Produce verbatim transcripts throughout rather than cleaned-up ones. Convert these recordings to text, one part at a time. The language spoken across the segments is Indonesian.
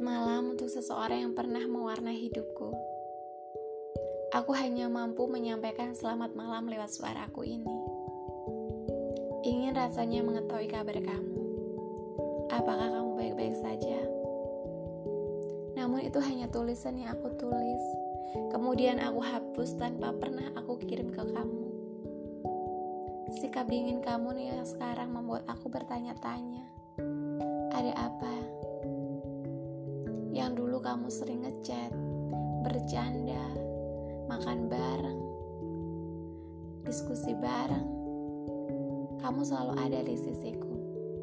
Selamat malam untuk seseorang yang pernah mewarnai hidupku. Aku hanya mampu menyampaikan selamat malam lewat suaraku ini. Ingin rasanya mengetahui kabar kamu. Apakah kamu baik-baik saja? Namun itu hanya tulisan yang aku tulis, kemudian aku hapus tanpa pernah aku kirim ke kamu. Sikap dingin kamu nih yang sekarang membuat aku bertanya-tanya, ada apa? Yang dulu kamu sering ngechat, bercanda, makan bareng, diskusi bareng, kamu selalu ada di sisiku.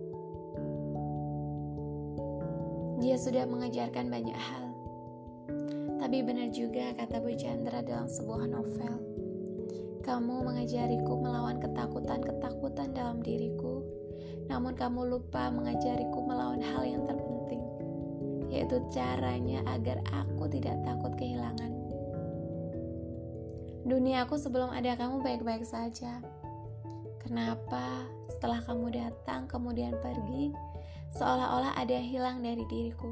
Dia sudah mengajarkan banyak hal, tapi benar juga kata Bu Chandra dalam sebuah novel, kamu mengajariku melawan ketakutan-ketakutan dalam diriku, namun kamu lupa mengajariku melawan hal yang terpenting, yaitu caranya agar aku tidak takut kehilanganmu. Duniaku sebelum ada kamu baik-baik saja. Kenapa setelah kamu datang kemudian pergi, seolah-olah ada yang hilang dari diriku?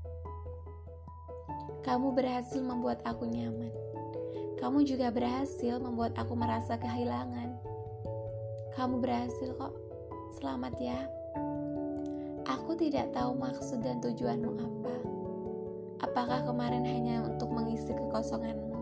Kamu berhasil membuat aku nyaman. Kamu juga berhasil membuat aku merasa kehilangan. Kamu berhasil kok. Selamat ya. Aku tidak tahu maksud dan tujuanmu apa. Apakah kemarin hanya untuk mengisi kekosonganmu?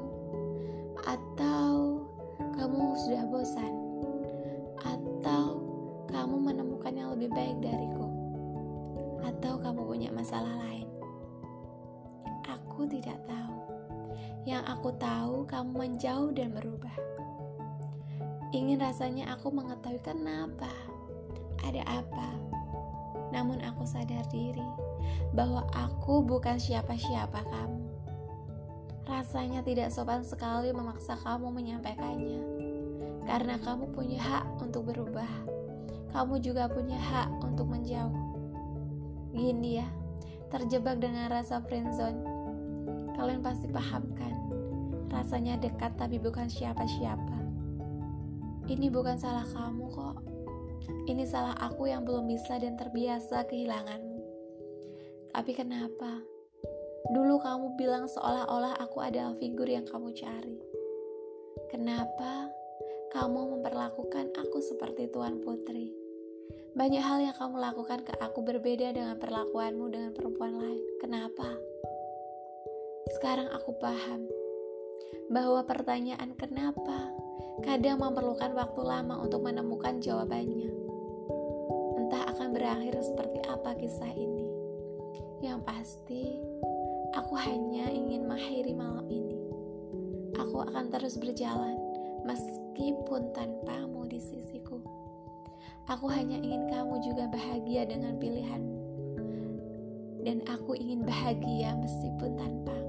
Atau kamu sudah bosan? Atau kamu menemukan yang lebih baik dariku? Atau kamu punya masalah lain? Aku tidak tahu. Yang aku tahu kamu menjauh dan berubah. Ingin rasanya aku mengetahui kenapa, ada apa. Namun aku sadar diri bahwa aku bukan siapa-siapa kamu. Rasanya tidak sopan sekali memaksa kamu menyampaikannya, karena kamu punya hak untuk berubah. Kamu juga punya hak untuk menjauh. Gini ya, terjebak dengan rasa friendzone. Kalian pasti paham kan? Rasanya dekat tapi bukan siapa-siapa. Ini bukan salah kamu kok. Ini salah aku yang belum bisa dan terbiasa kehilanganmu. Tapi kenapa? Dulu kamu bilang seolah-olah aku adalah figur yang kamu cari. Kenapa kamu memperlakukan aku seperti tuan putri? Banyak hal yang kamu lakukan ke aku berbeda dengan perlakuanmu dengan perempuan lain. Kenapa? Sekarang aku paham bahwa pertanyaan kenapa kadang memerlukan waktu lama untuk menemukan jawabannya. Entah akan berakhir seperti apa kisah ini. Yang pasti, aku hanya ingin mengakhiri malam ini. Aku akan terus berjalan meskipun tanpamu di sisiku. Aku hanya ingin kamu juga bahagia dengan pilihanmu. Dan aku ingin bahagia meskipun tanpamu.